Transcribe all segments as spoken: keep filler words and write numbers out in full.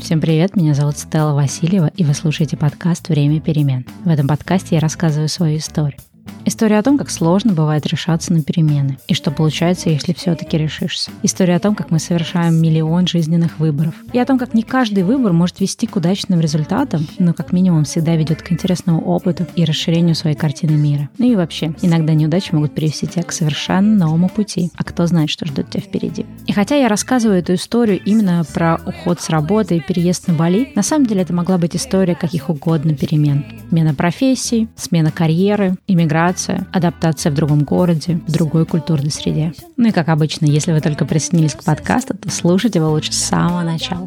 Всем привет, меня зовут Стелла Васильева, и вы слушаете подкаст «Время перемен». В этом подкасте я рассказываю свою историю. История о том, как сложно бывает решаться на перемены, и что получается, если все-таки решишься. История о том, как мы совершаем миллион жизненных выборов. И о том, как не каждый выбор может вести к удачным результатам, но как минимум всегда ведет к интересному опыту и расширению своей картины мира. Ну и вообще, иногда неудачи могут привести тебя к совершенно новому пути, а кто знает, что ждет тебя впереди. И хотя я рассказываю эту историю именно про уход с работы и переезд на Бали, на самом деле это могла быть история каких угодно перемен. Смена профессий, смена карьеры, иммиграция, адаптация в другом городе, в другой культурной среде. Ну и как обычно, если вы только присоединились к подкасту, то слушайте его лучше с самого начала.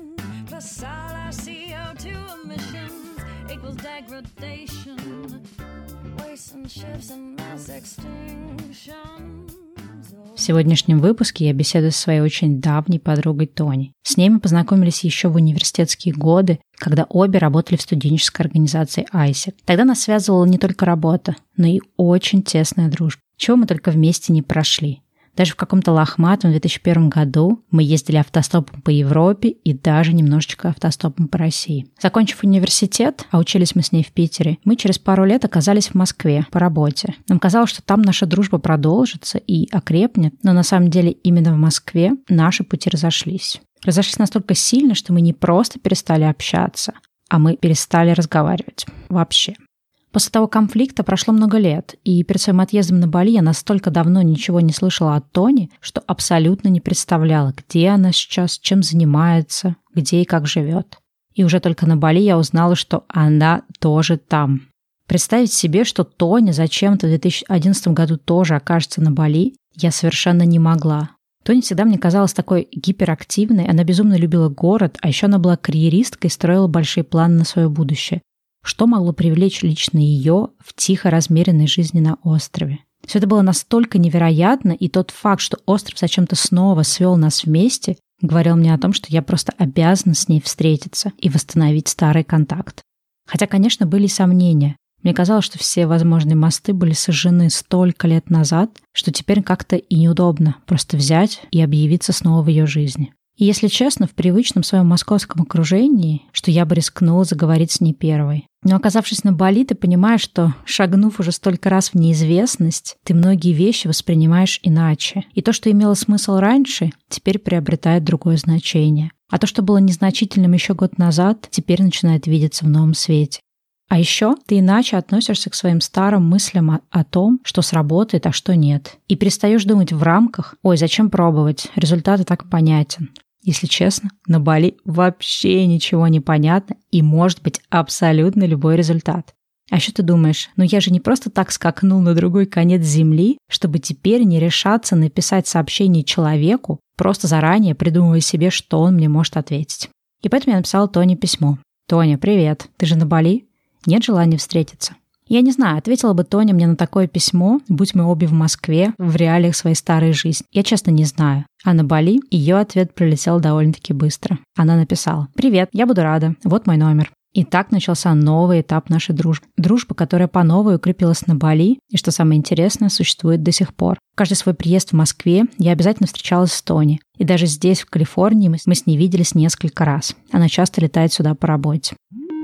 В сегодняшнем выпуске я беседую со своей очень давней подругой Тони. С ней мы познакомились еще в университетские годы, когда обе работали в студенческой организации айсек. Тогда нас связывала не только работа, но и очень тесная дружба. Чего мы только вместе не прошли. Даже в каком-то лохматом две тысячи первом году мы ездили автостопом по Европе и даже немножечко автостопом по России. Закончив университет, а учились мы с ней в Питере, мы через пару лет оказались в Москве по работе. Нам казалось, что там наша дружба продолжится и окрепнет, но на самом деле именно в Москве наши пути разошлись. Разошлись настолько сильно, что мы не просто перестали общаться, а мы перестали разговаривать вообще. После того конфликта прошло много лет, и перед своим отъездом на Бали я настолько давно ничего не слышала от Тони, что абсолютно не представляла, где она сейчас, чем занимается, где и как живет. И уже только на Бали я узнала, что она тоже там. Представить себе, что Тоня зачем-то в две тысячи одиннадцатом году тоже окажется на Бали, я совершенно не могла. Тоня всегда мне казалась такой гиперактивной, она безумно любила город, а еще она была карьеристкой и строила большие планы на свое будущее. Что могло привлечь лично ее в тихо размеренной жизни на острове? Все это было настолько невероятно, и тот факт, что остров зачем-то снова свел нас вместе, говорил мне о том, что я просто обязана с ней встретиться и восстановить старый контакт. Хотя, конечно, были сомнения. Мне казалось, что все возможные мосты были сожжены столько лет назад, что теперь как-то и неудобно просто взять и объявиться снова в ее жизни. И, если честно, в привычном своем московском окружении, что я бы рискнула заговорить с ней первой. Но оказавшись на Бали, ты понимаешь, что, шагнув уже столько раз в неизвестность, ты многие вещи воспринимаешь иначе. И то, что имело смысл раньше, теперь приобретает другое значение. А то, что было незначительным еще год назад, теперь начинает видеться в новом свете. А еще ты иначе относишься к своим старым мыслям о, о том, что сработает, а что нет. И перестаешь думать в рамках «Ой, зачем пробовать? Результат и так понятен». Если честно, на Бали вообще ничего не понятно и может быть абсолютно любой результат. А еще ты думаешь, ну я же не просто так скакнул на другой конец земли, чтобы теперь не решаться написать сообщение человеку, просто заранее придумывая себе, что он мне может ответить. И поэтому я написала Тоне письмо. «Тоня, привет, ты же на Бали? Нет желания встретиться?» Я не знаю, ответила бы Тоня мне на такое письмо, будь мы обе в Москве, в реалиях своей старой жизни. Я честно не знаю. А на Бали ее ответ прилетел довольно-таки быстро. Она написала: «Привет, я буду рада. Вот мой номер». И так начался новый этап нашей дружбы. Дружба, которая по новой укрепилась на Бали, и, что самое интересное, существует до сих пор. Каждый свой приезд в Москве я обязательно встречалась с Тони. И даже здесь, в Калифорнии, мы с ней виделись несколько раз. Она часто летает сюда по работе.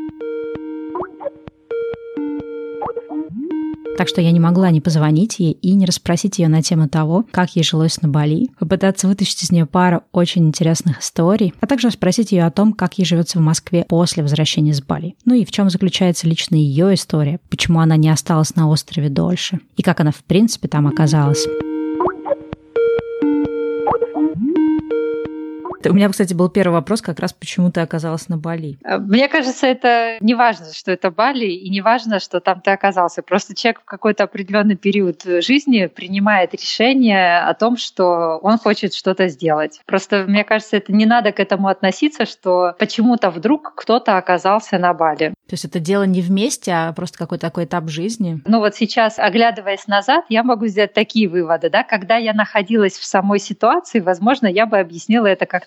Так что я не могла не позвонить ей и не расспросить ее на тему того, как ей жилось на Бали, попытаться вытащить из нее пару очень интересных историй, а также расспросить ее о том, как ей живется в Москве после возвращения с Бали. Ну и в чем заключается лично ее история, почему она не осталась на острове дольше, и как она в принципе там оказалась. У меня, кстати, был первый вопрос, как раз почему ты оказалась на Бали. Мне кажется, это не важно, что это Бали, и не важно, что там ты оказался. Просто человек в какой-то определенный период жизни принимает решение о том, что он хочет что-то сделать. Просто, мне кажется, это не надо к этому относиться, что почему-то вдруг кто-то оказался на Бали. То есть это дело не вместе, а просто какой-то такой этап жизни? Ну вот сейчас, оглядываясь назад, я могу сделать такие выводы. Да? Когда я находилась в самой ситуации, возможно, я бы объяснила это как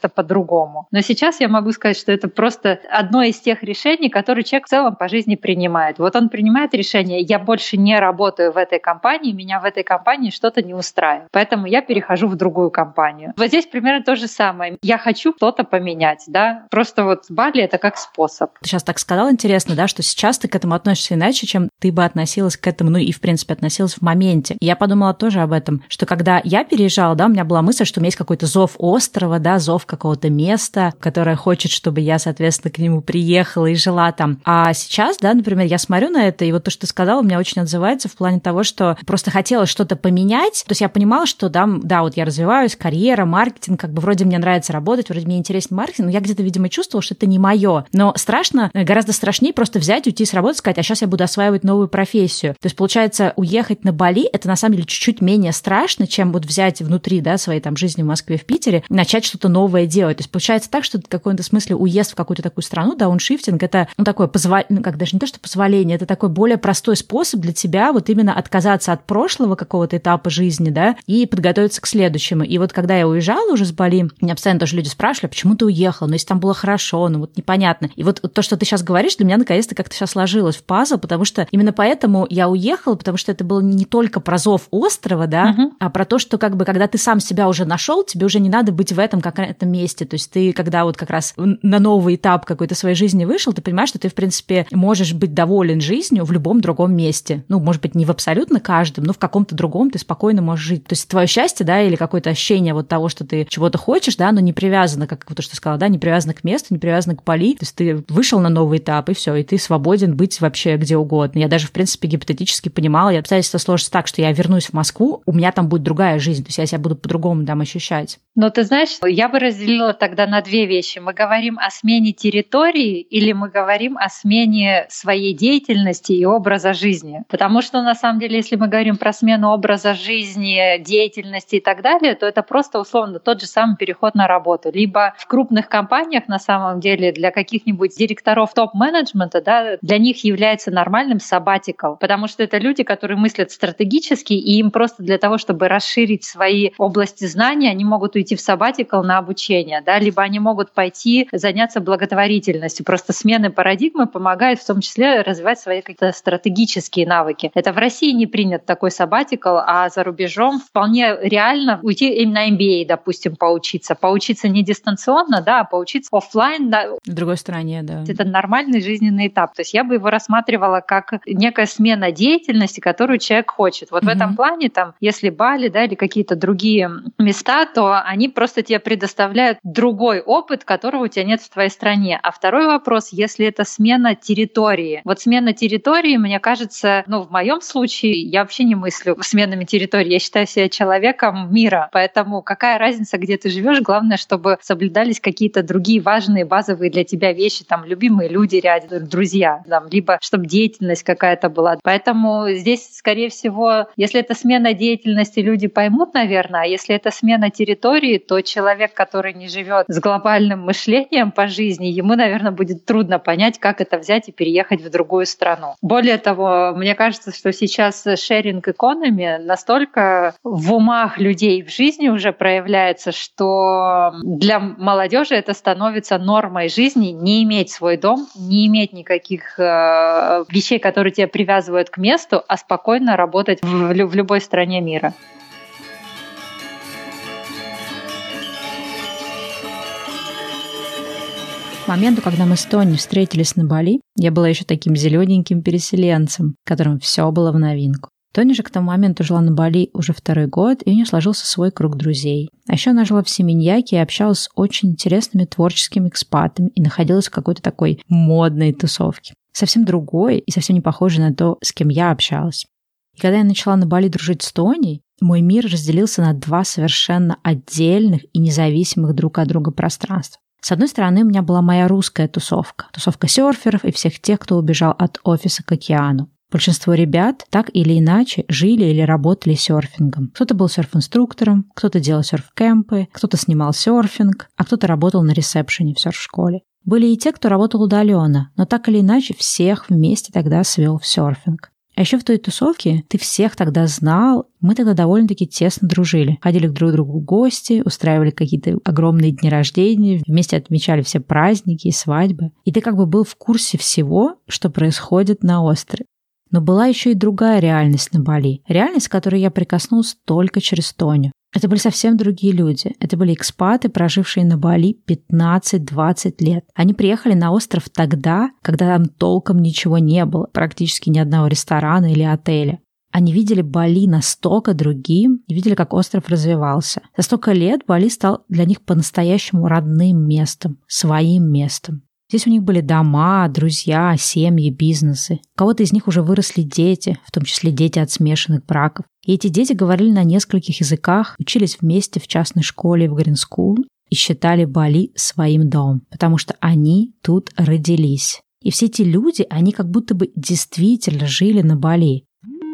как-то по-другому. Но сейчас я могу сказать, что это просто одно из тех решений, которые человек в целом по жизни принимает. Вот он принимает решение: я больше не работаю в этой компании, меня в этой компании что-то не устраивает, поэтому я перехожу в другую компанию. Вот здесь примерно то же самое. Я хочу что-то поменять, да. Просто вот Бали — это как способ. Ты сейчас так сказала, интересно, да, что сейчас ты к этому относишься иначе, чем ты бы относилась к этому, ну и, в принципе, относилась в моменте. И я подумала тоже об этом, что когда я переезжала, да, у меня была мысль, что у меня есть какой-то зов острова, да, зов какого-то места, которое хочет, чтобы я, соответственно, к нему приехала и жила там. А сейчас, да, например, я смотрю на это, и вот то, что ты сказала, у меня очень отзывается в плане того, что просто хотела что-то поменять. То есть я понимала, что да, да, вот я развиваюсь, карьера, маркетинг, как бы вроде мне нравится работать, вроде мне интересен маркетинг, но я где-то, видимо, чувствовала, что это не мое. Но страшно, гораздо страшнее просто взять, уйти с работы, сказать: а сейчас я буду осваивать новую профессию. То есть, получается, уехать на Бали — это на самом деле чуть-чуть менее страшно, чем вот взять внутри, да, своей там жизни в Москве, в Питере, и начать что-то новое делать. То есть получается так, что в каком-то смысле уезд в какую-то такую страну, дауншифтинг — это ну, такое позволение, ну, как даже не то, что позволение, это такой более простой способ для тебя вот именно отказаться от прошлого какого-то этапа жизни, да, и подготовиться к следующему. И вот когда я уезжала уже с Бали, меня постоянно тоже люди спрашивали: почему ты уехала? Ну, если там было хорошо, ну, вот непонятно. И вот то, что ты сейчас говоришь, для меня наконец-то как-то сейчас сложилось в пазл, потому что именно поэтому я уехала, потому что это было не только про зов острова, да, uh-huh. а про то, что как бы когда ты сам себя уже нашел, тебе уже не надо быть в этом конкретном месте. То есть ты, когда вот как раз на новый этап какой-то своей жизни вышел, ты понимаешь, что ты, в принципе, можешь быть доволен жизнью в любом другом месте. Ну, может быть, не в абсолютно каждом, но в каком-то другом ты спокойно можешь жить. То есть твое счастье, да, или какое-то ощущение вот того, что ты чего-то хочешь, да, но не привязано, как вот то, что ты сказала, да, не привязано к месту, не привязано к Бали. То есть ты вышел на новый этап, и все, и ты свободен быть вообще где угодно. Я даже, в принципе, гипотетически понимала, я обстоятельства сложатся так, что я вернусь в Москву, у меня там будет другая жизнь, то есть я себя буду по-другому там ощущать. Но ты знаешь, я бы разделила тогда на две вещи. Мы говорим о смене территории или мы говорим о смене своей деятельности и образа жизни? Потому что, на самом деле, если мы говорим про смену образа жизни, деятельности и так далее, то это просто, условно, тот же самый переход на работу. Либо в крупных компаниях, на самом деле, для каких-нибудь директоров топ-менеджмента, да, для них является нормальным sabbatical, потому что это люди, которые мыслят стратегически, и им просто для того, чтобы расширить свои области знаний, они могут уйти в sabbatical на обучение, да, либо они могут пойти заняться благотворительностью. Просто смены парадигмы помогает в том числе развивать свои какие-то стратегические навыки. Это в России не принят такой sabbatical, а за рубежом вполне реально уйти именно на эм би эй, допустим, поучиться. Поучиться не дистанционно, да, а поучиться офлайн. Да. В другой стране, да. Это нормальный жизненный этап. То есть я бы его рассматривала как некая смена деятельности, которую человек хочет. Вот mm-hmm. в этом плане, там, если Бали, да, или какие-то другие места, то они просто тебе предоставляют другой опыт, которого у тебя нет в твоей стране. А второй вопрос, если это смена территории. Вот смена территории, мне кажется, ну, в моем случае, я вообще не мыслю сменами территории. Я считаю себя человеком мира. Поэтому какая разница, где ты живешь? Главное, чтобы соблюдались какие-то другие важные, базовые для тебя вещи, там, любимые люди рядом, друзья, там, либо чтобы деятельность какая-то была. Поэтому здесь, скорее всего, если это смена деятельности, люди поймут, наверное, а если это смена территории, то человек, который не живет с глобальным мышлением по жизни, ему, наверное, будет трудно понять, как это взять и переехать в другую страну. Более того, мне кажется, что сейчас sharing economy настолько в умах людей в жизни уже проявляется, что для молодежи это становится нормой жизни не иметь свой дом, не иметь никаких э, вещей, которые тебя привязывают к месту, а спокойно работать в, в любой стране мира. К моменту, когда мы с Тони встретились на Бали, я была еще таким зелененьким переселенцем, которому все было в новинку. Тони же к тому моменту жила на Бали уже второй год, и у нее сложился свой круг друзей. А еще она жила в Семеньяке и общалась с очень интересными творческими экспатами и находилась в какой-то такой модной тусовке. Совсем другой и совсем не похожей на то, с кем я общалась. И когда я начала на Бали дружить с Тоней, мой мир разделился на два совершенно отдельных и независимых друг от друга пространства. С одной стороны, у меня была моя русская тусовка, тусовка серферов и всех тех, кто убежал от офиса к океану. Большинство ребят так или иначе жили или работали серфингом. Кто-то был серф-инструктором, кто-то делал серф-кемпы, кто-то снимал серфинг, а кто-то работал на ресепшене в серф-школе. Были и те, кто работал удаленно, но так или иначе всех вместе тогда свел в серфинг. А еще в той тусовке ты всех тогда знал, мы тогда довольно-таки тесно дружили. Ходили к друг другу в гости, устраивали какие-то огромные дни рождения, вместе отмечали все праздники и свадьбы. И ты как бы был в курсе всего, что происходит на острове. Но была еще и другая реальность на Бали. Реальность, к которой я прикоснулась только через Тоню. Это были совсем другие люди. Это были экспаты, прожившие на Бали пятнадцать-двадцать лет. Они приехали на остров тогда, когда там толком ничего не было, практически ни одного ресторана или отеля. Они видели Бали настолько другим и видели, как остров развивался. За столько лет Бали стал для них по-настоящему родным местом, своим местом. Здесь у них были дома, друзья, семьи, бизнесы. У кого-то из них уже выросли дети, в том числе дети от смешанных браков. И эти дети говорили на нескольких языках, учились вместе в частной школе в Green School и считали Бали своим домом, потому что они тут родились. И все эти люди, они как будто бы действительно жили на Бали.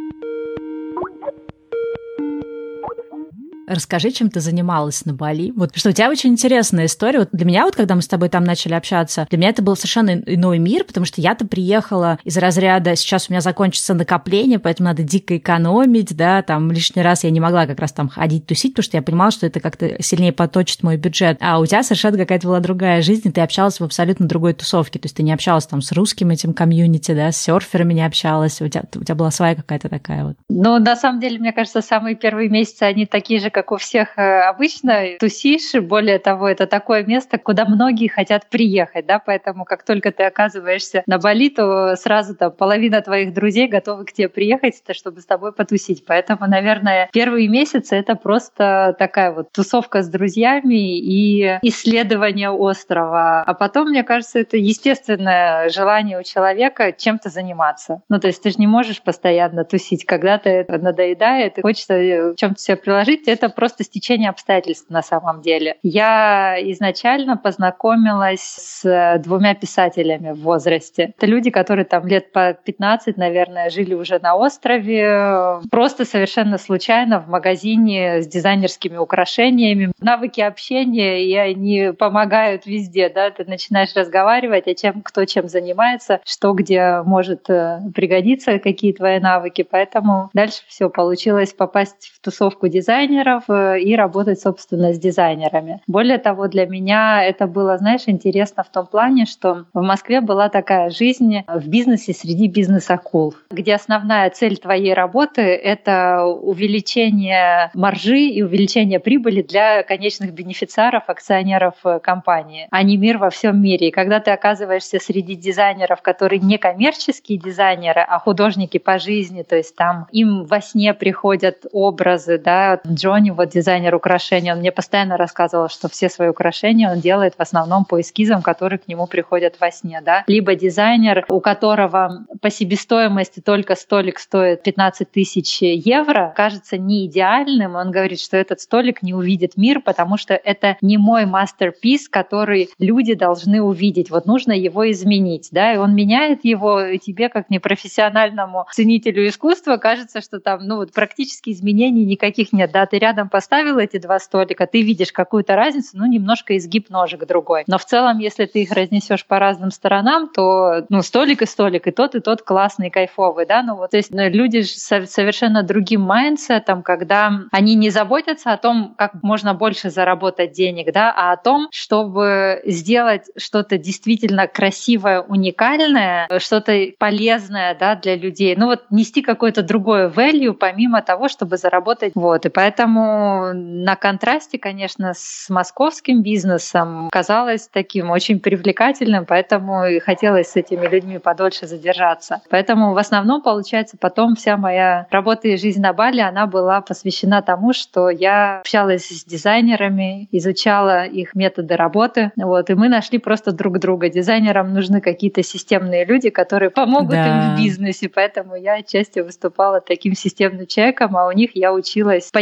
Расскажи, чем ты занималась на Бали. Вот, что у тебя очень интересная история. Вот для меня, вот когда мы с тобой там начали общаться, для меня это был совершенно иной мир, потому что я-то приехала из разряда «сейчас у меня закончится накопление, поэтому надо дико экономить», да, там лишний раз я не могла как раз там ходить тусить, потому что я понимала, что это как-то сильнее поточит мой бюджет. А у тебя совершенно какая-то была другая жизнь, и ты общалась в абсолютно другой тусовке. То есть ты не общалась там с русским этим комьюнити, да, с серферами не общалась. У тебя, у тебя была своя какая-то такая вот. Ну, на самом деле, мне кажется, самые первые месяцы, они такие же, как у всех обычно, тусишь. Более того, это такое место, куда многие хотят приехать, да, поэтому как только ты оказываешься на Бали, то сразу там половина твоих друзей готовы к тебе приехать, чтобы с тобой потусить. Поэтому, наверное, первые месяцы это просто такая вот тусовка с друзьями и исследование острова. А потом, мне кажется, это естественное желание у человека чем-то заниматься. Ну, то есть ты же не можешь постоянно тусить. Когда-то это надоедает, и хочется чем-то себя приложить, это просто стечение обстоятельств на самом деле. Я изначально познакомилась с двумя писателями в возрасте. Это люди, которые там лет по пятнадцать, наверное, жили уже на острове, просто совершенно случайно в магазине с дизайнерскими украшениями. Навыки общения, и они помогают везде, да, ты начинаешь разговаривать о чем, кто чем занимается, что где может пригодиться, какие твои навыки. Поэтому дальше все получилось попасть в тусовку дизайнеров и работать, собственно, с дизайнерами. Более того, для меня это было, знаешь, интересно в том плане, что в Москве была такая жизнь в бизнесе среди бизнес-акул, где основная цель твоей работы — это увеличение маржи и увеличение прибыли для конечных бенефициаров, акционеров компании, а не мир во всем мире. И когда ты оказываешься среди дизайнеров, которые не коммерческие дизайнеры, а художники по жизни, то есть там им во сне приходят образы, да, Джонни, вот дизайнер украшений, он мне постоянно рассказывал, что все свои украшения он делает в основном по эскизам, которые к нему приходят во сне, да. Либо дизайнер, у которого по себестоимости только столик стоит пятнадцать тысяч евро, кажется не идеальным, он говорит, что этот столик не увидит мир, потому что это не мой мастерпис, который люди должны увидеть, вот нужно его изменить, да, и он меняет его, и тебе, как непрофессиональному ценителю искусства, кажется, что там, ну вот практически изменений никаких нет, да, ты рядом поставил эти два столика, ты видишь какую-то разницу, ну, немножко изгиб ножек другой. Но в целом, если ты их разнесешь по разным сторонам, то, ну, столик и столик, и тот, и тот классный, кайфовый, да, ну, вот, то есть, ну, люди с совершенно другим майндсетом, когда они не заботятся о том, как можно больше заработать денег, да, а о том, чтобы сделать что-то действительно красивое, уникальное, что-то полезное, да, для людей, ну, вот, нести какое-то другое value, помимо того, чтобы заработать, вот, и поэтому на контрасте, конечно, с московским бизнесом казалось таким очень привлекательным, поэтому и хотелось с этими людьми подольше задержаться. Поэтому в основном, получается, потом вся моя работа и жизнь на Бали, она была посвящена тому, что я общалась с дизайнерами, изучала их методы работы, вот, и мы нашли просто друг друга. Дизайнерам нужны какие-то системные люди, которые помогут да. им в бизнесе, поэтому я отчасти выступала таким системным человеком, а у них я училась пониманию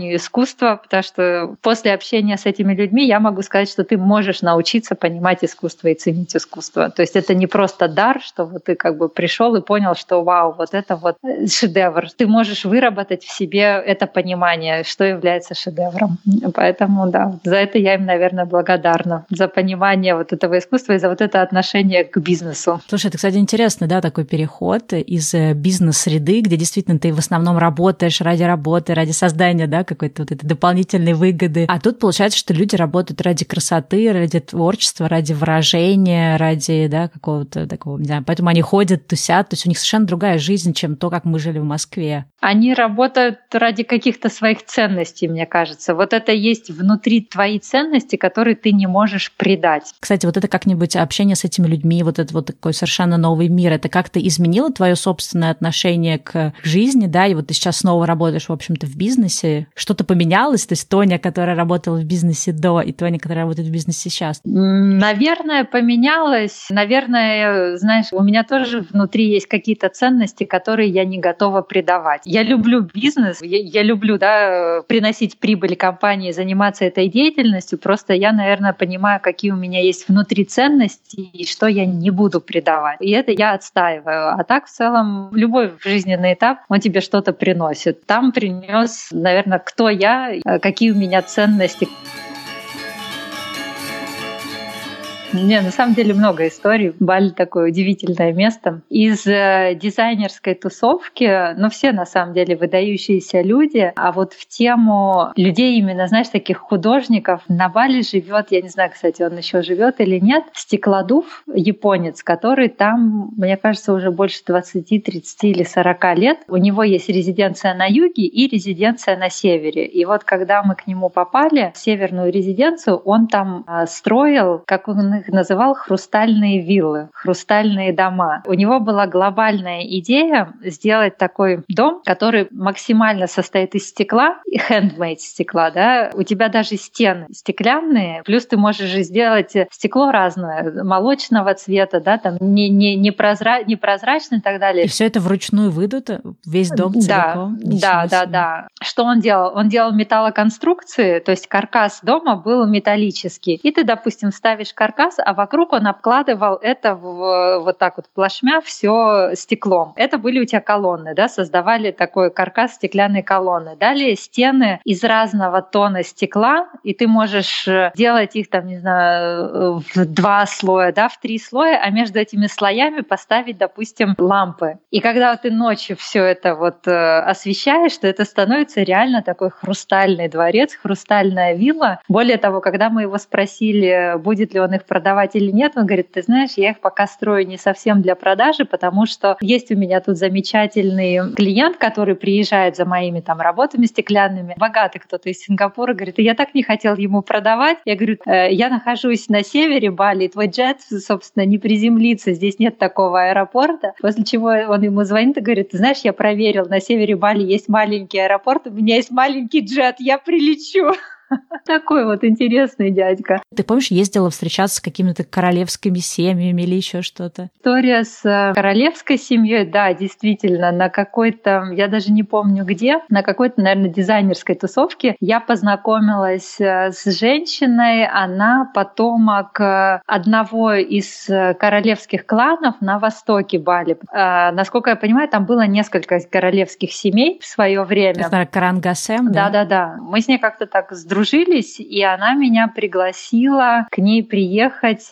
пониманию искусства, потому что после общения с этими людьми я могу сказать, что ты можешь научиться понимать искусство и ценить искусство. То есть это не просто дар, что вот ты как бы пришел и понял, что вау, вот это вот шедевр. Ты можешь выработать в себе это понимание, что является шедевром. Поэтому, да, за это я им, наверное, благодарна. За понимание вот этого искусства и за вот это отношение к бизнесу. Слушай, это, кстати, интересно, да, такой переход из бизнес-среды, где действительно ты в основном работаешь ради работы, ради создания, да, какой-то вот этой дополнительной выгоды. А тут получается, что люди работают ради красоты, ради творчества, ради выражения, ради, да, какого-то такого, не знаю, поэтому они ходят, тусят, то есть у них совершенно другая жизнь, чем то, как мы жили в Москве. Они работают ради каких-то своих ценностей, мне кажется. Вот это есть внутри твои ценности, которые ты не можешь предать. Кстати, вот это как-нибудь общение с этими людьми, вот это вот такой совершенно новый мир, это как-то изменило твое собственное отношение к жизни, да, и вот ты сейчас снова работаешь, в общем-то, в бизнесе, что-то поменялось, то есть Тоня, которая работала в бизнесе до, и Тоня, которая работает в бизнесе сейчас? Наверное, поменялось. Наверное, знаешь, у меня тоже внутри есть какие-то ценности, которые я не готова предавать. Я люблю бизнес, я, я люблю, да, приносить прибыль компании, заниматься этой деятельностью, просто я, наверное, понимаю, какие у меня есть внутри ценности и что я не буду предавать. И это я отстаиваю. А так, в целом, любой жизненный этап, он тебе что-то приносит. Там принес, наверное, кто я, какие у меня ценности. Не, на самом деле много историй. Бали такое удивительное место. Из э, дизайнерской тусовки, ну все на самом деле выдающиеся люди, а вот в тему людей именно, знаешь, таких художников на Бали живет, я не знаю, кстати, он еще живет или нет, Стеклодув, японец, который там, мне кажется, уже больше двадцати, тридцати или сорока лет. У него есть резиденция на юге и резиденция на севере. И вот когда мы к нему попали в северную резиденцию, он там э, строил, как он их называл, хрустальные виллы, хрустальные дома. У него была глобальная идея сделать такой дом, который максимально состоит из стекла, и handmade стекла, да. У тебя даже стены стеклянные, плюс ты можешь же сделать стекло разное, молочного цвета, да, там не, не, не, прозра... не прозрачное и так далее. И все это вручную выдуто? Весь дом целиком? Да, да, да, да. Что он делал? Он делал металлоконструкции, то есть каркас дома был металлический. И ты, допустим, ставишь каркас, а вокруг он обкладывал это в, вот так вот плашмя все стеклом. Это были у тебя колонны, да, создавали такой каркас стеклянной колонны. Далее стены из разного тона стекла, и ты можешь делать их там, не знаю, в два слоя, да, в три слоя, а между этими слоями поставить, допустим, лампы. И когда ты ночью все это вот освещаешь, то это становится реально такой хрустальный дворец, хрустальная вилла. Более того, когда мы его спросили, будет ли он их продавать или нет, он говорит, ты знаешь, я их пока строю не совсем для продажи, потому что есть у меня тут замечательный клиент, который приезжает за моими там работами стеклянными, богатый кто-то из Сингапура, говорит, я так не хотел ему продавать. Я говорю, я нахожусь на севере Бали, твой джет, собственно, не приземлится, здесь нет такого аэропорта. После чего он ему звонит и говорит, ты знаешь, я проверил, на севере Бали есть маленький аэропорт, у меня есть маленький джет, я прилечу. Такой вот интересный дядька. Ты помнишь, ездила встречаться с какими-то королевскими семьями или еще что-то? История с королевской семьей, да, действительно, на какой-то, я даже не помню где, на какой-то, наверное, дизайнерской тусовке я познакомилась с женщиной, она потомок одного из королевских кланов на востоке Бали. А, насколько я понимаю, там было несколько королевских семей в свое время. Это Карангасем, да? Да-да-да. Мы с ней как-то так сдружились, и она меня пригласила к ней приехать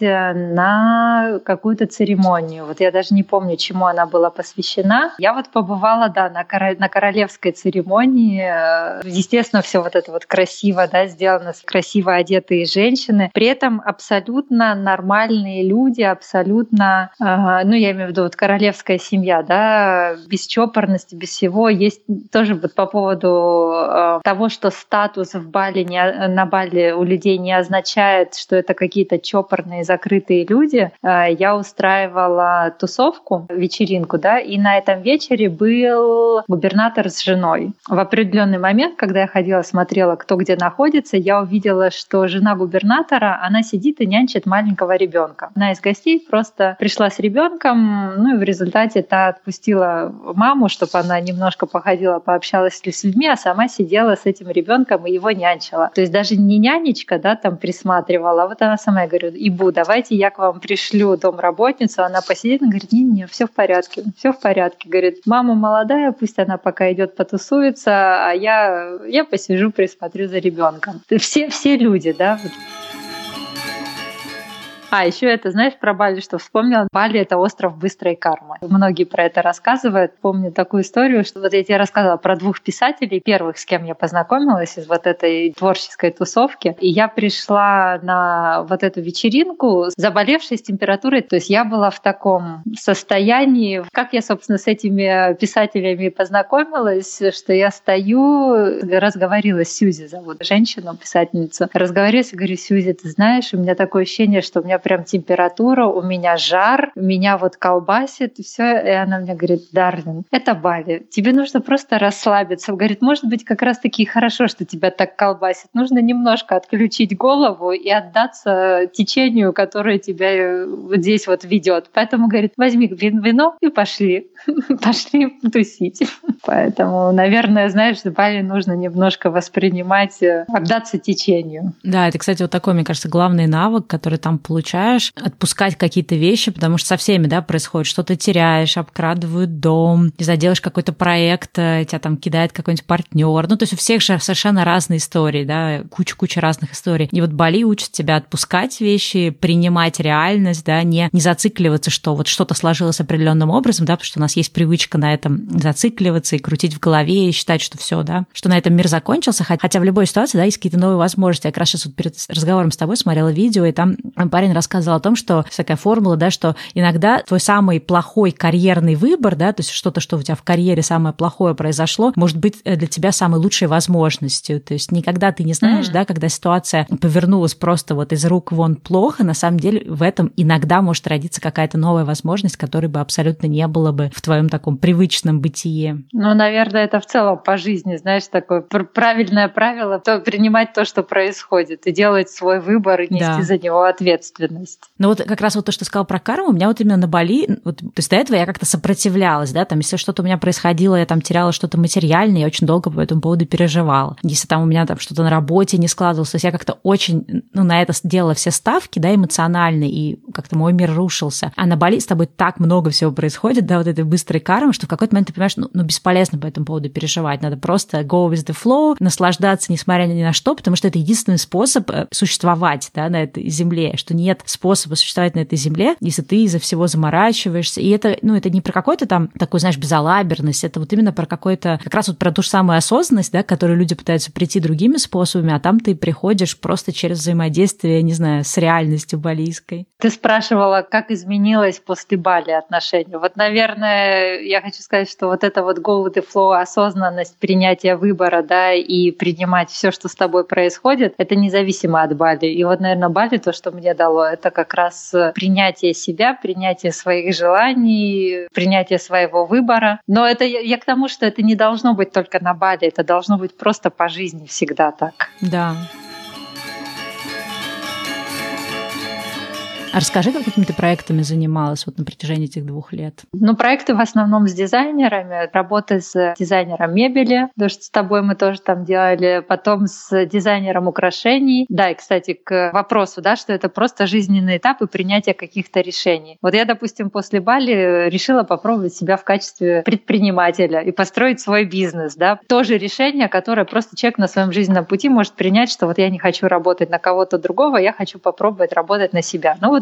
на какую-то церемонию. Вот я даже не помню, чему она была посвящена. Я вот побывала, да, на, король... на королевской церемонии. Естественно, все вот это вот красиво, да, сделано, красиво одетые женщины. При этом абсолютно нормальные люди, абсолютно, э, ну, я имею в виду вот королевская семья, да, без чопорности, без всего. Есть тоже вот по поводу э, того, что статус в Бали не не, на Бали у людей не означает, что это какие-то чопорные, закрытые люди. Я устраивала тусовку, вечеринку, да, и на этом вечере был губернатор с женой. В определенный момент, когда я ходила, смотрела, кто где находится, я увидела, что жена губернатора, она сидит и нянчит маленького ребенка. Одна из гостей просто пришла с ребенком, ну и в результате та отпустила маму, чтобы она немножко походила, пообщалась с людьми, а сама сидела с этим ребенком и его нянчила. То есть даже не нянечка, да, там присматривала, а вот она сама, я говорю, Ибу, давайте я к вам пришлю домработницу, она посидит, она говорит, не-не, все в порядке, все в порядке. Говорит, мама молодая, пусть она пока идет потусуется, а я, я посижу, присмотрю за ребенком. Все, все люди, да. А, еще это, знаешь, про Бали, что вспомнила. Бали — это остров быстрой кармы. Многие про это рассказывают. Помню такую историю, что вот я тебе рассказывала про двух писателей, первых, с кем я познакомилась из вот этой творческой тусовки. И я пришла на вот эту вечеринку, заболевшей с температурой. То есть я была в таком состоянии. Как я, собственно, с этими писателями познакомилась, что я стою, разговаривала с Сьюзи, зовут женщину, писательницу. Разговаривала, говорю, Сьюзи, ты знаешь, у меня такое ощущение, что у меня прям температура, у меня жар, меня вот колбасит, и все. И она мне говорит, Дарлин, это Бали, тебе нужно просто расслабиться. Говорит, может быть, как раз-таки хорошо, что тебя так колбасит. Нужно немножко отключить голову и отдаться течению, которое тебя вот здесь вот ведет. Поэтому, говорит, возьми вино и пошли. Пошли тусить. Поэтому, наверное, знаешь, в Бали нужно немножко воспринимать, отдаться течению. Да, это, кстати, вот такой, мне кажется, главный навык, который там получаешь, отпускать какие-то вещи, потому что со всеми, да, происходит, что ты теряешь, обкрадывают дом, не знаю, делаешь какой-то проект, тебя там кидает какой-нибудь партнер. Ну, то есть у всех же совершенно разные истории, да, куча-куча разных историй. И вот Бали учит тебя отпускать вещи, принимать реальность, да, не, не зацикливаться, что вот что-то сложилось определенным образом, да, потому что у нас есть привычка на этом зацикливаться и крутить в голове и считать, что все, да, что на этом мир закончился, хотя в любой ситуации, да, есть какие-то новые возможности. Я как раз сейчас вот перед разговором с тобой смотрела видео, и там парень рассказывал о том, что такая формула, да, что иногда твой самый плохой карьерный выбор, да, то есть что-то, что у тебя в карьере самое плохое произошло, может быть для тебя самой лучшей возможностью. То есть никогда ты не знаешь, mm-hmm. да, когда ситуация повернулась просто вот из рук вон плохо, на самом деле в этом иногда может родиться какая-то новая возможность, которой бы абсолютно не было бы в твоем таком привычном бытие. Ну, наверное, это в целом по жизни, знаешь, такое правильное правило, то принимать то, что происходит, и делать свой выбор, и нести да. за него ответственность. Ну вот как раз вот то, что ты сказала про карму, у меня вот именно на Бали, вот, то есть до этого я как-то сопротивлялась, да, там, если что-то у меня происходило, я там теряла что-то материальное, я очень долго по этому поводу переживала. Если там у меня там что-то на работе не складывалось, то есть я как-то очень, ну, на это делала все ставки, да, эмоциональные, и как-то мой мир рушился. А на Бали с тобой так много всего происходит, да, вот этой быстрой кармы, что в какой-то момент ты понимаешь, ну, ну бесполезно по этому поводу переживать, надо просто go with the flow, наслаждаться, несмотря ни на что, потому что это единственный способ существовать, да, на этой земле, что нет способа существовать на этой земле, если ты из-за всего заморачиваешься. И это, ну, это не про какой-то там такой, знаешь, безалаберность, это вот именно про какой-то, как раз вот про ту же самую осознанность, да, к которой люди пытаются прийти другими способами, а там ты приходишь просто через взаимодействие, не знаю, с реальностью балийской. Ты спрашивала, как изменилось после Бали отношения. Вот, наверное, я хочу сказать, что вот это вот go with the flow, осознанность принятия выбора, да, и принимать все, что с тобой происходит, это независимо от Бали. И вот, наверное, Бали, то, что мне дало, это как раз принятие себя, принятие своих желаний, принятие своего выбора. Но это я, я к тому, что это не должно быть только на Бали, это должно быть просто по жизни всегда так. Да. А расскажи, как какими-то проектами занималась вот на протяжении этих двух лет? Ну, проекты в основном с дизайнерами. Работа с дизайнером мебели, потому что с тобой мы тоже там делали. Потом с дизайнером украшений. Да, и, кстати, к вопросу, да, что это просто жизненный этап и принятие каких-то решений. Вот я, допустим, после Бали решила попробовать себя в качестве предпринимателя и построить свой бизнес, да. Тоже решение, которое просто человек на своем жизненном пути может принять, что вот я не хочу работать на кого-то другого, я хочу попробовать работать на себя. Ну, вот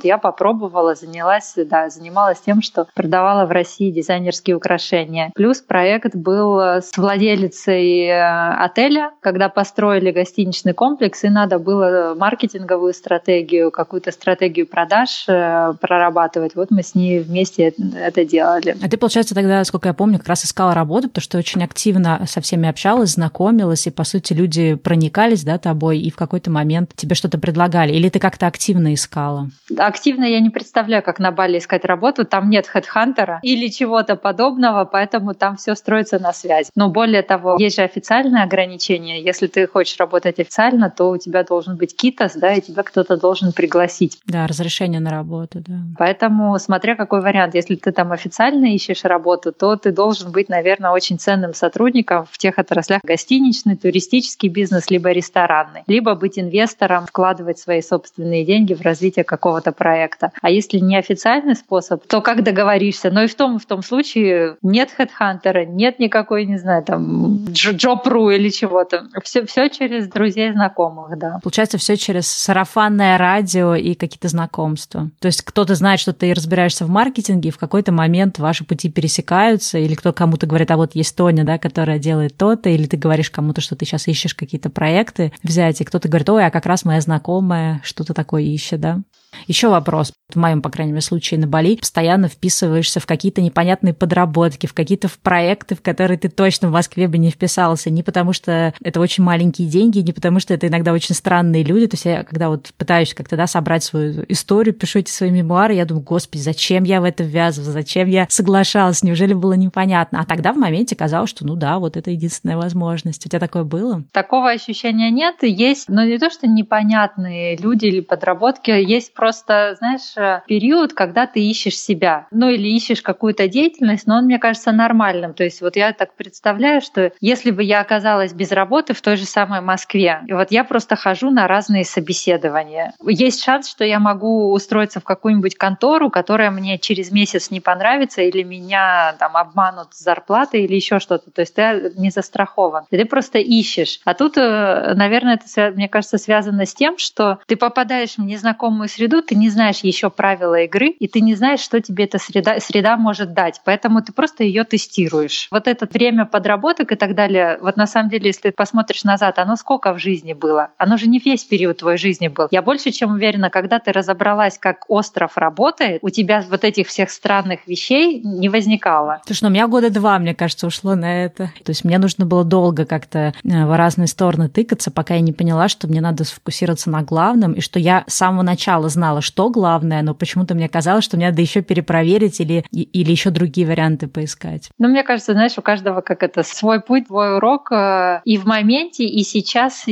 я попробовала, занялась, да, занималась тем, что продавала в России дизайнерские украшения. Плюс проект был с владелицей отеля, когда построили гостиничный комплекс, и надо было маркетинговую стратегию, какую-то стратегию продаж прорабатывать. Вот мы с ней вместе это делали. А ты, получается, тогда, сколько я помню, как раз искала работу, потому что очень активно со всеми общалась, знакомилась, и, по сути, люди проникались, да, тобой, и в какой-то момент тебе что-то предлагали? Или ты как-то активно искала? Активно я не представляю, как на Бали искать работу. Там нет хедхантера или чего-то подобного, поэтому там все строится на связи. Но более того, есть же официальные ограничения. Если ты хочешь работать официально, то у тебя должен быть КИТОС, да, и тебя кто-то должен пригласить. Да, разрешение на работу, да. Поэтому, смотря какой вариант, если ты там официально ищешь работу, то ты должен быть, наверное, очень ценным сотрудником в тех отраслях: гостиничный, туристический бизнес, либо ресторанный, либо быть инвестором, вкладывать свои собственные деньги в развитие какого-то проекта. А если не официальный способ, то как договоришься? Но и в том, и в том случае нет хедхантера, нет никакой, не знаю, там, джоб.ру или чего-то. Все, все через друзей, знакомых, да. Получается, все через сарафанное радио и какие-то знакомства. То есть кто-то знает, что ты разбираешься в маркетинге, и в какой-то момент ваши пути пересекаются, или кто кому-то говорит: а вот есть Тоня, да, которая делает то-то, или ты говоришь кому-то, что ты сейчас ищешь какие-то проекты взять, и кто-то говорит: ой, а как раз моя знакомая что-то такое ищет, да. Еще вопрос. В моем, по крайней мере, случае на Бали постоянно вписываешься в какие-то непонятные подработки, в какие-то в проекты, в которые ты точно в Москве бы не вписался. Не потому что это очень маленькие деньги, не потому что это иногда очень странные люди. То есть я, когда вот пытаюсь как-то, да, собрать свою историю, пишу эти свои мемуары, я думаю: господи, зачем я в это ввязывалась, зачем я соглашалась, неужели было непонятно? А тогда в моменте казалось, что ну да, вот это единственная возможность. У тебя такое было? Такого ощущения нет. Есть, но не то, что непонятные люди или подработки, есть просто, знаешь, период, когда ты ищешь себя, ну или ищешь какую-то деятельность, но он, мне кажется, нормальным. То есть вот я так представляю, что если бы я оказалась без работы в той же самой Москве, и вот я просто хожу на разные собеседования, есть шанс, что я могу устроиться в какую-нибудь контору, которая мне через месяц не понравится, или меня там обманут с зарплатой, или еще что-то. То есть ты не застрахован. И ты просто ищешь. А тут, наверное, это, мне кажется, связано с тем, что ты попадаешь в незнакомую среду, ты не знаешь еще правила игры, и ты не знаешь, что тебе эта среда, среда может дать. Поэтому ты просто ее тестируешь. Вот это время подработок и так далее, вот на самом деле, если ты посмотришь назад, оно сколько в жизни было? Оно же не весь период твоей жизни был. Я больше чем уверена, когда ты разобралась, как остров работает, у тебя вот этих всех странных вещей не возникало. Слушай, ну у меня года два, мне кажется, ушло на это. То есть мне нужно было долго как-то в разные стороны тыкаться, пока я не поняла, что мне надо сфокусироваться на главном, и что я с самого начала знала, что главное, но почему-то мне казалось, что мне надо еще перепроверить или, или еще другие варианты поискать. Ну, мне кажется, знаешь, у каждого как это свой путь, свой урок. И в моменте, и сейчас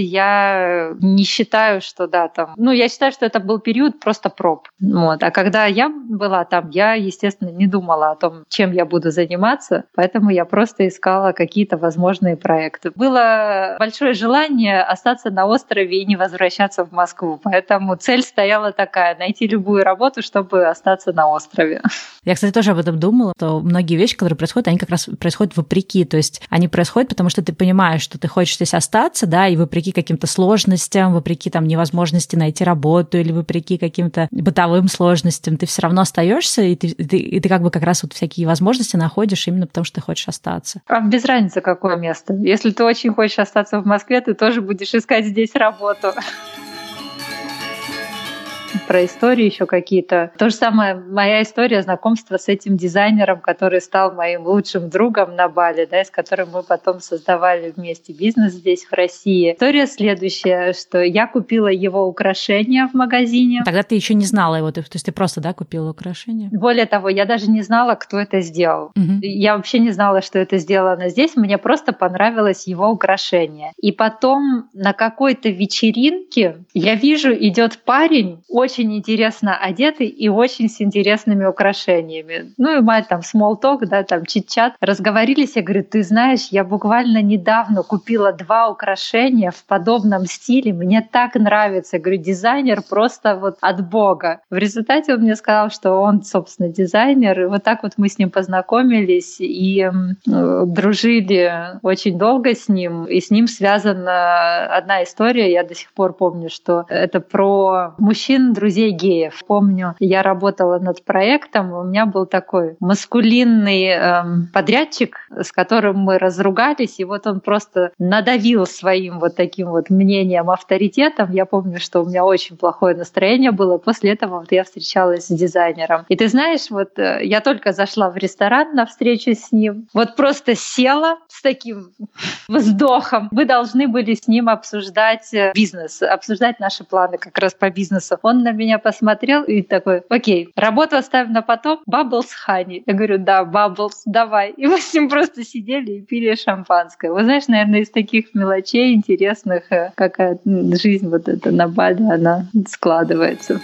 я не считаю, что да, там... Ну, я считаю, что это был период просто проб. Вот. А когда я была там, я, естественно, не думала о том, чем я буду заниматься, поэтому я просто искала какие-то возможные проекты. Было большое желание остаться на острове и не возвращаться в Москву, поэтому цель стояла такая — найти любую работу, чтобы остаться на острове. Я, кстати, тоже об этом думала, что многие вещи, которые происходят, они как раз происходят вопреки, то есть они происходят, потому что ты понимаешь, что ты хочешь здесь остаться, да, и вопреки каким-то сложностям, вопреки там невозможности найти работу или вопреки каким-то бытовым сложностям, ты все равно остаешься, и ты, и ты, и ты как бы как раз вот всякие возможности находишь именно потому, что ты хочешь остаться. А без разницы, какое место. Если ты очень хочешь остаться в Москве, ты тоже будешь искать здесь работу. Про истории еще какие-то. То же самое моя история знакомства с этим дизайнером, который стал моим лучшим другом на Бали, да, с которым мы потом создавали вместе бизнес здесь, в России. История следующая, что я купила его украшения в магазине. Тогда ты еще не знала его, то есть ты просто, да, купила украшения? Более того, я даже не знала, кто это сделал. Угу. Я вообще не знала, что это сделано здесь. Мне просто понравилось его украшение. И потом на какой-то вечеринке я вижу, идет парень, очень интересно одетый и очень с интересными украшениями. Ну и мать там small talk, да, там чит-чат. Разговорились, я говорю: ты знаешь, я буквально недавно купила два украшения в подобном стиле, мне так нравится. Я говорю: дизайнер просто вот от бога. В результате он мне сказал, что он, собственно, дизайнер. И вот так вот мы с ним познакомились и э, дружили очень долго с ним. И с ним связана одна история, я до сих пор помню, что это про мужчин, друзей геев. Помню, я работала над проектом, у меня был такой маскулинный эм, подрядчик, с которым мы разругались, и вот он просто надавил своим вот таким вот мнением, авторитетом. Я помню, что у меня очень плохое настроение было. После этого вот я встречалась с дизайнером. И ты знаешь, вот я только зашла в ресторан на встречу с ним, вот просто села с таким вздохом. Мы должны были с ним обсуждать бизнес, обсуждать наши планы как раз по бизнесу. Он на меня посмотрел и такой: окей, работу оставим на потом, Bubbles Honey. Я говорю: да, Bubbles, давай. И мы с ним просто сидели и пили шампанское. Вы знаешь, наверное, из таких мелочей интересных, какая жизнь вот эта на Бали, она складывается.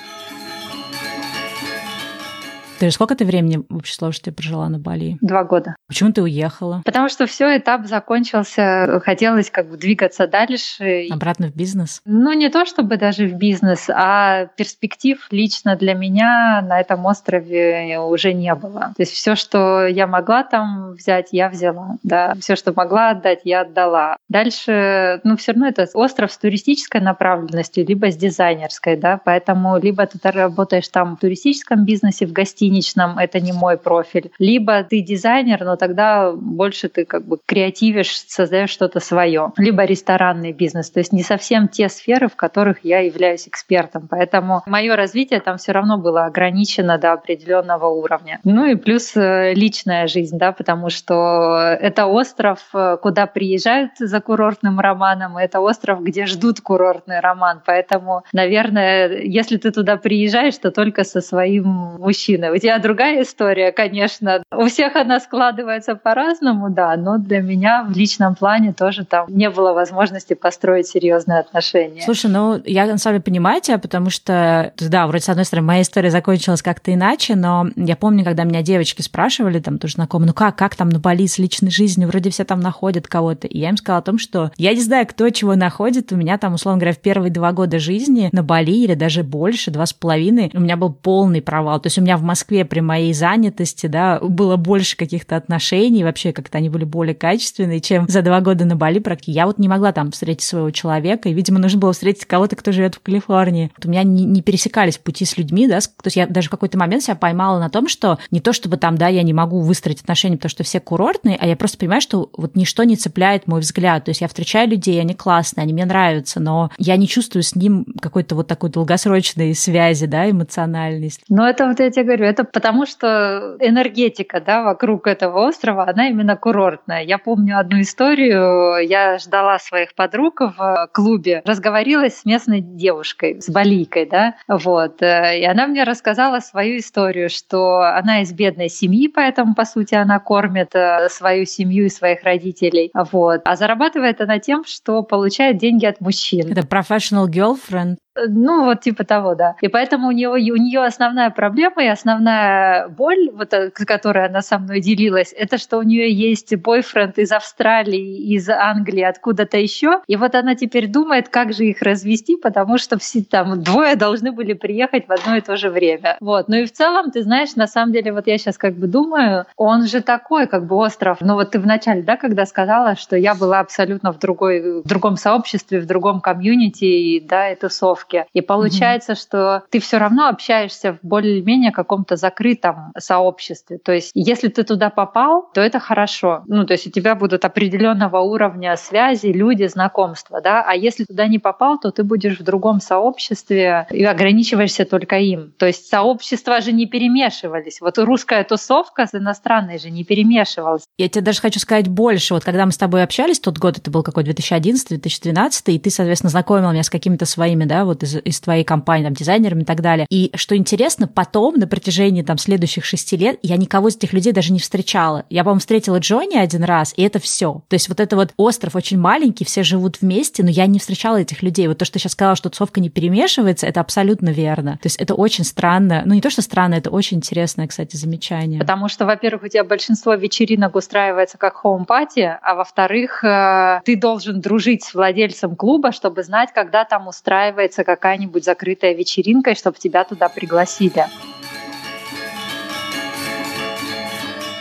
Ты сколько ты времени в общей сложности прожила на Бали? Два года. Почему ты уехала? Потому что все, этап закончился, хотелось как бы двигаться дальше. Обратно в бизнес? Ну, не то чтобы даже в бизнес, а перспектив лично для меня на этом острове уже не было. То есть все, что я могла там взять, я взяла. Да. Все, что могла отдать, я отдала. Дальше, ну, все равно это остров с туристической направленностью, либо с дизайнерской, да, поэтому либо ты работаешь там в туристическом бизнесе, в гостинице, это не мой профиль. Либо ты дизайнер, но тогда больше ты как бы креативишь, создаешь что-то свое. Либо ресторанный бизнес. То есть не совсем те сферы, в которых я являюсь экспертом. Поэтому мое развитие там все равно было ограничено до определенного уровня. Ну и плюс личная жизнь, да, потому что это остров, куда приезжают за курортным романом, и это остров, где ждут курортный роман. Поэтому, наверное, если ты туда приезжаешь, то только со своим мужчиной. У тебя другая история, конечно. У всех она складывается по-разному, да, но для меня в личном плане тоже там не было возможности построить серьезные отношения. Слушай, ну я на самом деле понимаю тебя, потому что, да, вроде с одной стороны, моя история закончилась как-то иначе, но я помню, когда меня девочки спрашивали, там тоже знакомые, ну как, как там на Бали с личной жизнью, вроде все там находят кого-то. И я им сказала о том, что я не знаю, кто чего находит. У меня там, условно говоря, в первые два года жизни на Бали или даже больше, два с половиной, у меня был полный провал. То есть у меня в Москве при моей занятости, да, было больше каких-то отношений, вообще как-то они были более качественные, чем за два года на Бали практически. Я вот не могла там встретить своего человека, и, видимо, нужно было встретить кого-то, кто живет в Калифорнии. Вот у меня не, не пересекались пути с людьми, да, то есть я даже в какой-то момент себя поймала на том, что не то чтобы там, да, я не могу выстроить отношения, потому что все курортные, а я просто понимаю, что вот ничто не цепляет мой взгляд. То есть я встречаю людей, они классные, они мне нравятся, но я не чувствую с ним какой-то вот такой долгосрочной связи, да, эмоциональной. Но это вот я тебе говорю, это потому что энергетика, да, вокруг этого острова, она именно курортная. Я помню одну историю, я ждала своих подруг в клубе, разговорилась с местной девушкой, с балийкой, да, вот, и она мне рассказала свою историю, что она из бедной семьи, поэтому, по сути, она кормит свою семью и своих родителей, вот, а зарабатывает она тем, что получает деньги от мужчин. Это professional girlfriend. Ну, вот типа того, да. И поэтому у нее, у нее основная проблема и основная боль, вот, которой она со мной делилась, это что у нее есть бойфренд из Австралии, из Англии, откуда-то еще. И вот она теперь думает, как же их развести, потому что все там двое должны были приехать в одно и то же время. Вот. Ну и в целом, ты знаешь, на самом деле, вот я сейчас как бы думаю, он же такой, как бы остров. Ну вот ты вначале, да, когда сказала, что я была абсолютно в, другой, в другом сообществе, в другом комьюнити, да, и тусовке. И получается, mm-hmm. что ты все равно общаешься в более-менее каком-то закрытом сообществе. То есть, если ты туда попал, то это хорошо. Ну, то есть у тебя будут определенного уровня связи, люди, знакомства, да. А если туда не попал, то ты будешь в другом сообществе и ограничиваешься только им. То есть сообщества же не перемешивались. Вот русская тусовка с иностранной же не перемешивалась. Я тебе даже хочу сказать больше. Вот когда мы с тобой общались, тот год это был какой, две тысячи одиннадцатый - две тысячи двенадцатый, и ты, соответственно, знакомил меня с какими-то своими, да, вот из, из твоей компании, там, дизайнерами и так далее. И что интересно, потом, на протяжении там следующих шести лет, я никого из этих людей даже не встречала. Я, по-моему, встретила Джонни один раз, и это все. То есть вот это вот остров очень маленький, все живут вместе, но я не встречала этих людей. Вот то, что ты сейчас сказала, что тусовка не перемешивается, это абсолютно верно. То есть это очень странно. Ну, не то, что странно, это очень интересное, кстати, замечание. Потому что, во-первых, у тебя большинство вечеринок устраивается как хоум-пати, а во-вторых, ты должен дружить с владельцем клуба, чтобы знать, когда там устраивается какая-нибудь закрытая вечеринка, и чтобы тебя туда пригласили.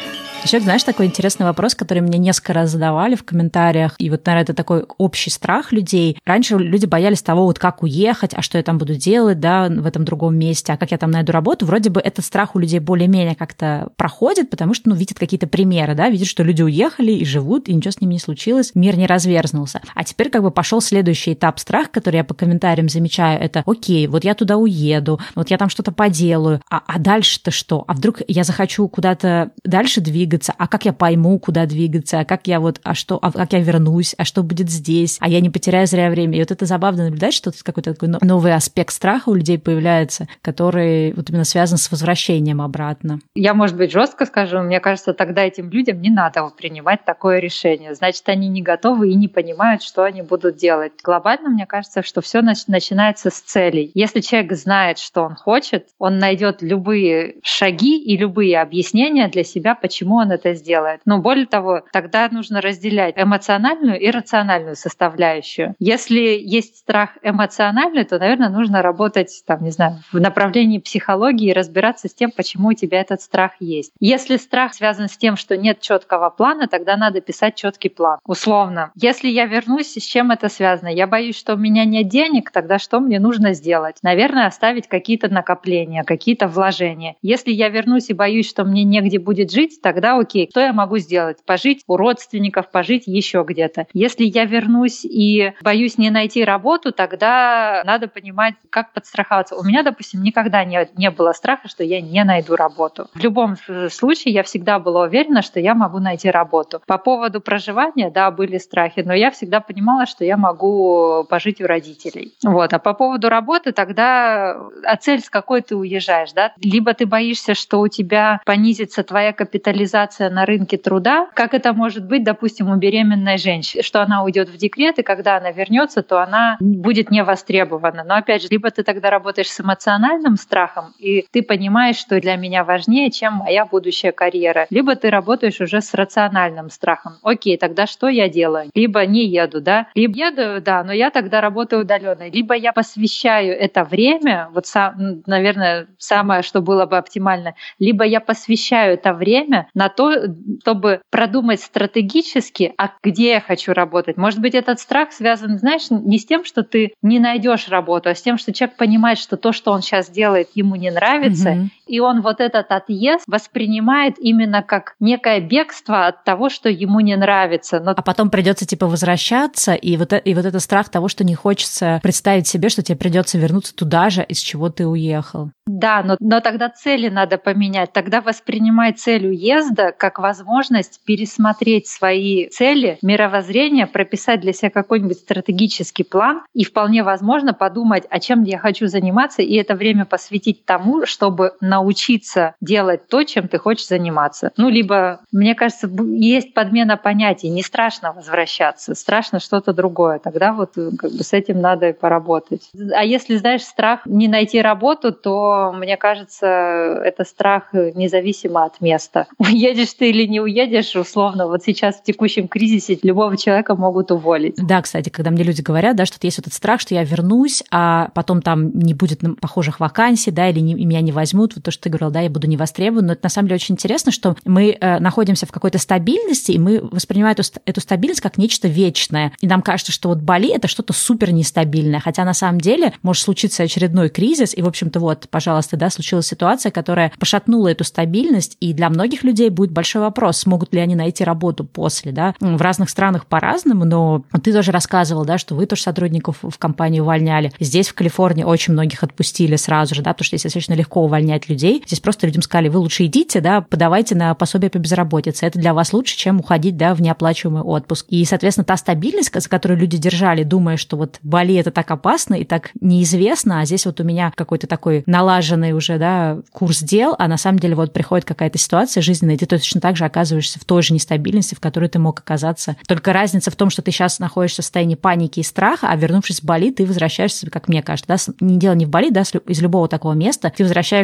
Еще, знаешь, такой интересный вопрос, который мне несколько раз задавали в комментариях, и вот, наверное, это такой общий страх людей. Раньше люди боялись того, вот как уехать, а что я там буду делать, да, в этом другом месте, а как я там найду работу. Вроде бы этот страх у людей более-менее как-то проходит, потому что, ну, видят какие-то примеры, да, видят, что люди уехали и живут, и ничего с ними не случилось, мир не разверзнулся. А теперь как бы пошел следующий этап страха, который я по комментариям замечаю, это окей, вот я туда уеду, вот я там что-то поделаю, а, а дальше-то что? А вдруг я захочу куда-то дальше двигаться, а как я пойму, куда двигаться, а как я вот, а что, а как я вернусь, а что будет здесь, а я не потеряю зря время. И вот это забавно наблюдать, что тут какой-то такой новый аспект страха у людей появляется, который вот именно связан с возвращением обратно. Я, может быть, жестко скажу, мне кажется, тогда этим людям не надо принимать такое решение. Значит, они не готовы и не понимают, что они будут делать. Глобально, мне кажется, что все начинается с целей. Если человек знает, что он хочет, он найдет любые шаги и любые объяснения для себя, почему он это сделает. Но более того, тогда нужно разделять эмоциональную и рациональную составляющую. Если есть страх эмоциональный, то, наверное, нужно работать, там, не знаю, в направлении психологии и разбираться с тем, почему у тебя этот страх есть. Если страх связан с тем, что нет четкого плана, тогда надо писать четкий план. Условно, если я вернусь, с чем это связано? Я боюсь, что у меня нет денег, тогда что мне нужно сделать? Наверное, оставить какие-то накопления, какие-то вложения. Если я вернусь и боюсь, что мне негде будет жить, тогда окей, что я могу сделать? Пожить у родственников, пожить еще где-то. Если я вернусь и боюсь не найти работу, тогда надо понимать, как подстраховаться. У меня, допустим, никогда не, не было страха, что я не найду работу. В любом случае я всегда была уверена, что я могу найти работу. По поводу проживания, да, были страхи, но я всегда понимала, что я могу пожить у родителей. Вот. А по поводу работы, тогда а цель, с какой ты уезжаешь, да? Либо ты боишься, что у тебя понизится твоя капитализация на рынке труда. Как это может быть, допустим, у беременной женщины, что она уйдет в декрет, и когда она вернется, то она будет не востребована. Но опять же, либо ты тогда работаешь с эмоциональным страхом, и ты понимаешь, что для меня важнее, чем моя будущая карьера. Либо ты работаешь уже с рациональным страхом. Окей, тогда что я делаю? Либо не еду, да? Либо еду, да, но я тогда работаю удаленно. Либо я посвящаю это время, вот, сам, наверное, самое, что было бы оптимально, либо я посвящаю это время на то, чтобы продумать стратегически, а где я хочу работать. Может быть, этот страх связан, знаешь, не с тем, что ты не найдешь работу, а с тем, что человек понимает, что то, что он сейчас делает, ему не нравится, mm-hmm. и он вот этот отъезд воспринимает именно как некое бегство от того, что ему не нравится. Но... А потом придется типа возвращаться, и вот, и вот этот страх того, что не хочется представить себе, что тебе придется вернуться туда же, из чего ты уехал. Да, но, но тогда цели надо поменять. Тогда воспринимай цель уезда как возможность пересмотреть свои цели, мировоззрение, прописать для себя какой-нибудь стратегический план и вполне возможно подумать, а чем я хочу заниматься, и это время посвятить тому, чтобы научиться делать то, чем ты хочешь заниматься. Ну, либо, мне кажется, есть подмена понятий. Не страшно возвращаться, страшно что-то другое. Тогда вот как бы с этим надо поработать. А если, знаешь, страх не найти работу, то мне кажется, это страх независимо от места. Уедешь ты или не уедешь, условно, вот сейчас в текущем кризисе любого человека могут уволить. Да, кстати, когда мне люди говорят, да, что есть вот этот страх, что я вернусь, а потом там не будет похожих вакансий, да, или не, меня не возьмут, вот то, что ты говорил, да, я буду не востребован, но это на самом деле очень интересно, что мы э, находимся в какой-то стабильности, и мы воспринимаем эту, эту стабильность как нечто вечное, и нам кажется, что вот Бали — это что-то супер нестабильное, хотя на самом деле может случиться очередной кризис, и, в общем-то, вот, пожалуйста, да, случилась ситуация, которая пошатнула эту стабильность, и для многих людей будет большой вопрос, смогут ли они найти работу после, да. В разных странах по-разному, но ты тоже рассказывал, да, что вы тоже сотрудников в компании увольняли. Здесь, в Калифорнии, очень многих отпустили сразу же, да, потому что здесь достаточно легко увольнять людей. Здесь просто людям сказали, вы лучше идите, да, подавайте на пособие по безработице. Это для вас лучше, чем уходить, да, в неоплачиваемый отпуск. И, соответственно, та стабильность, за которую люди держали, думая, что вот Бали — это так опасно и так неизвестно, а здесь вот у меня какой-то такой налаженный уже, да, курс дел, а на самом деле вот приходит какая-то ситуация жизненная, и ты точно так же оказываешься в той же нестабильности, в которой ты мог оказаться. Только разница в том, что ты сейчас находишься в состоянии паники и страха, а вернувшись в Бали, ты возвращаешься, как мне кажется, да, не дело не в Бали, да, из любого такого места, ты возвращаешься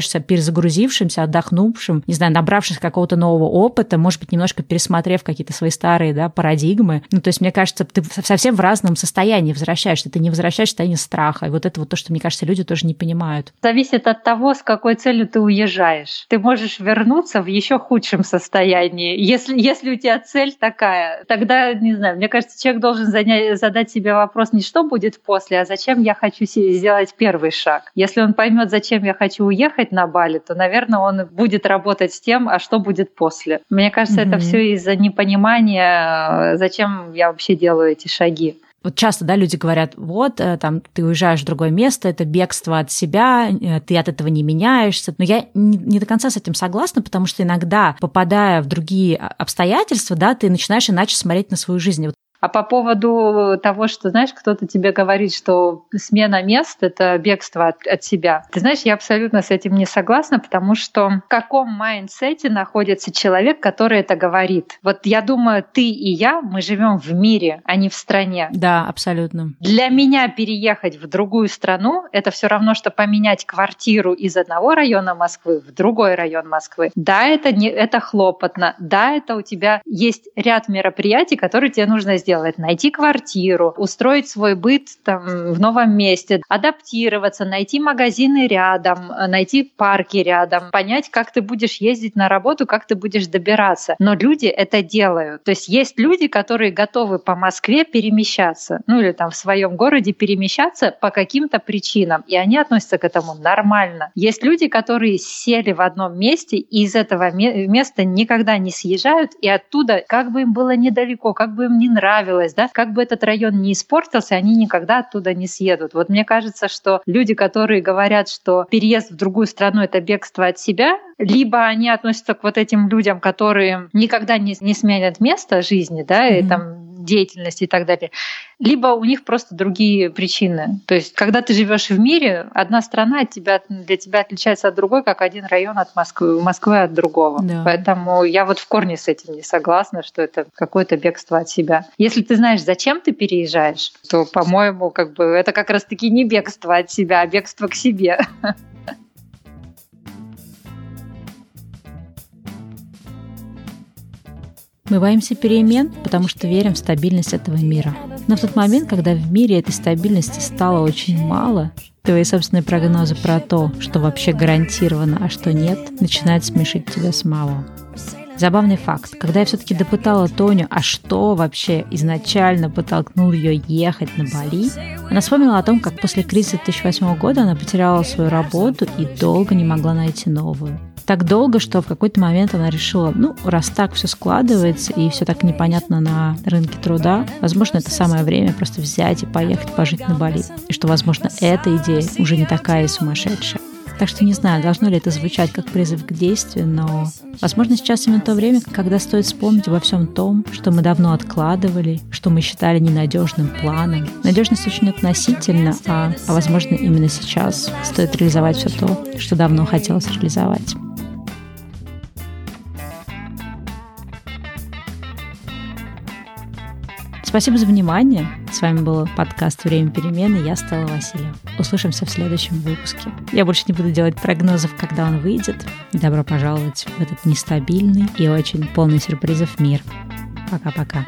перезагрузившимся, отдохнувшим, не знаю, набравшись какого-то нового опыта, может быть, немножко пересмотрев какие-то свои старые, да, парадигмы. Ну, то есть, мне кажется, ты совсем в разном состоянии возвращаешься, ты не возвращаешься в состояние страха. И вот это вот то, что, мне кажется, люди тоже не понимают. Зависит от того, с какой целью ты уезжаешь. Ты можешь вернуться в еще худшем состоянии. Если, если у тебя цель такая, тогда, не знаю, мне кажется, человек должен занять, задать себе вопрос не что будет после, а зачем я хочу сделать первый шаг. Если он поймет, зачем я хочу уехать на Бали, то, наверное, он будет работать с тем, а что будет после. Мне кажется, mm-hmm. это все из-за непонимания, зачем я вообще делаю эти шаги. Вот часто, да, люди говорят, вот, там, ты уезжаешь в другое место, это бегство от себя, ты от этого не меняешься. Но я не, не до конца с этим согласна, потому что иногда, попадая в другие обстоятельства, да, ты начинаешь иначе смотреть на свою жизнь. А по поводу того, что, знаешь, кто-то тебе говорит, что смена мест — это бегство от, от себя. Ты знаешь, я абсолютно с этим не согласна, потому что в каком майндсете находится человек, который это говорит? Вот я думаю, ты и я, мы живем в мире, а не в стране. Да, абсолютно. Для меня переехать в другую страну — это все равно, что поменять квартиру из одного района Москвы в другой район Москвы. Да, это, не, это хлопотно. Да, это у тебя есть ряд мероприятий, которые тебе нужно сделать. Найти квартиру, устроить свой быт там, в новом месте, адаптироваться, найти магазины рядом, найти парки рядом, понять, как ты будешь ездить на работу, как ты будешь добираться. Но люди это делают. То есть есть люди, которые готовы по Москве перемещаться, ну или там в своем городе перемещаться по каким-то причинам, и они относятся к этому нормально. Есть люди, которые сели в одном месте и из этого места никогда не съезжают, и оттуда, как бы им было недалеко, как бы им не нравилось, да, как бы этот район не испортился, они никогда оттуда не съедут. Вот мне кажется, что люди, которые говорят, что переезд в другую страну — это бегство от себя, либо они относятся к вот этим людям, которые никогда не, не сменят место жизни, да, mm-hmm. и там деятельности и так далее, либо у них просто другие причины. То есть, когда ты живешь в мире, одна страна от тебя, для тебя отличается от другой, как один район от Москвы, Москвы от другого. Да. Поэтому я вот в корне с этим не согласна, что это какое-то бегство от себя. Если ты знаешь, зачем ты переезжаешь, то, по-моему, как бы это как раз-таки не бегство от себя, а бегство к себе. Мы боимся перемен, потому что верим в стабильность этого мира. Но в тот момент, когда в мире этой стабильности стало очень мало, твои собственные прогнозы про то, что вообще гарантировано, а что нет, начинают смешить тебя самого. Забавный факт. Когда я все-таки допытала Тоню, а что вообще изначально подтолкнуло ее ехать на Бали, она вспомнила о том, как после кризиса две тысячи восьмого года она потеряла свою работу и долго не могла найти новую. Так долго, что в какой-то момент она решила, ну, раз так все складывается и все так непонятно на рынке труда, возможно, это самое время просто взять и поехать пожить на Бали. И что, возможно, эта идея уже не такая сумасшедшая. Так что не знаю, должно ли это звучать как призыв к действию, но, возможно, сейчас именно то время, когда стоит вспомнить обо всем том, что мы давно откладывали, что мы считали ненадежным планом. Надежность очень относительна, а, а возможно, именно сейчас стоит реализовать все то, что давно хотелось реализовать. Спасибо за внимание. С вами был подкаст «Время перемены». Я Стелла Васильева. Услышимся в следующем выпуске. Я больше не буду делать прогнозов, когда он выйдет. Добро пожаловать в этот нестабильный и очень полный сюрпризов мир. Пока-пока.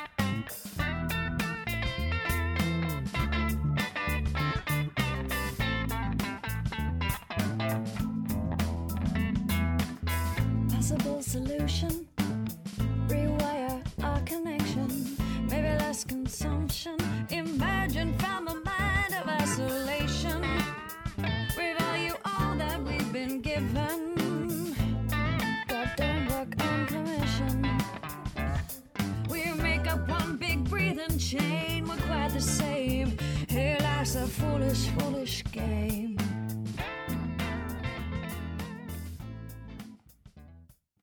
Consumption, imagine from a mind of isolation. Revalue all that we've been given. God don't work on commission. We make up one big breathing chain. We're quite the same. Here life's a foolish, foolish game.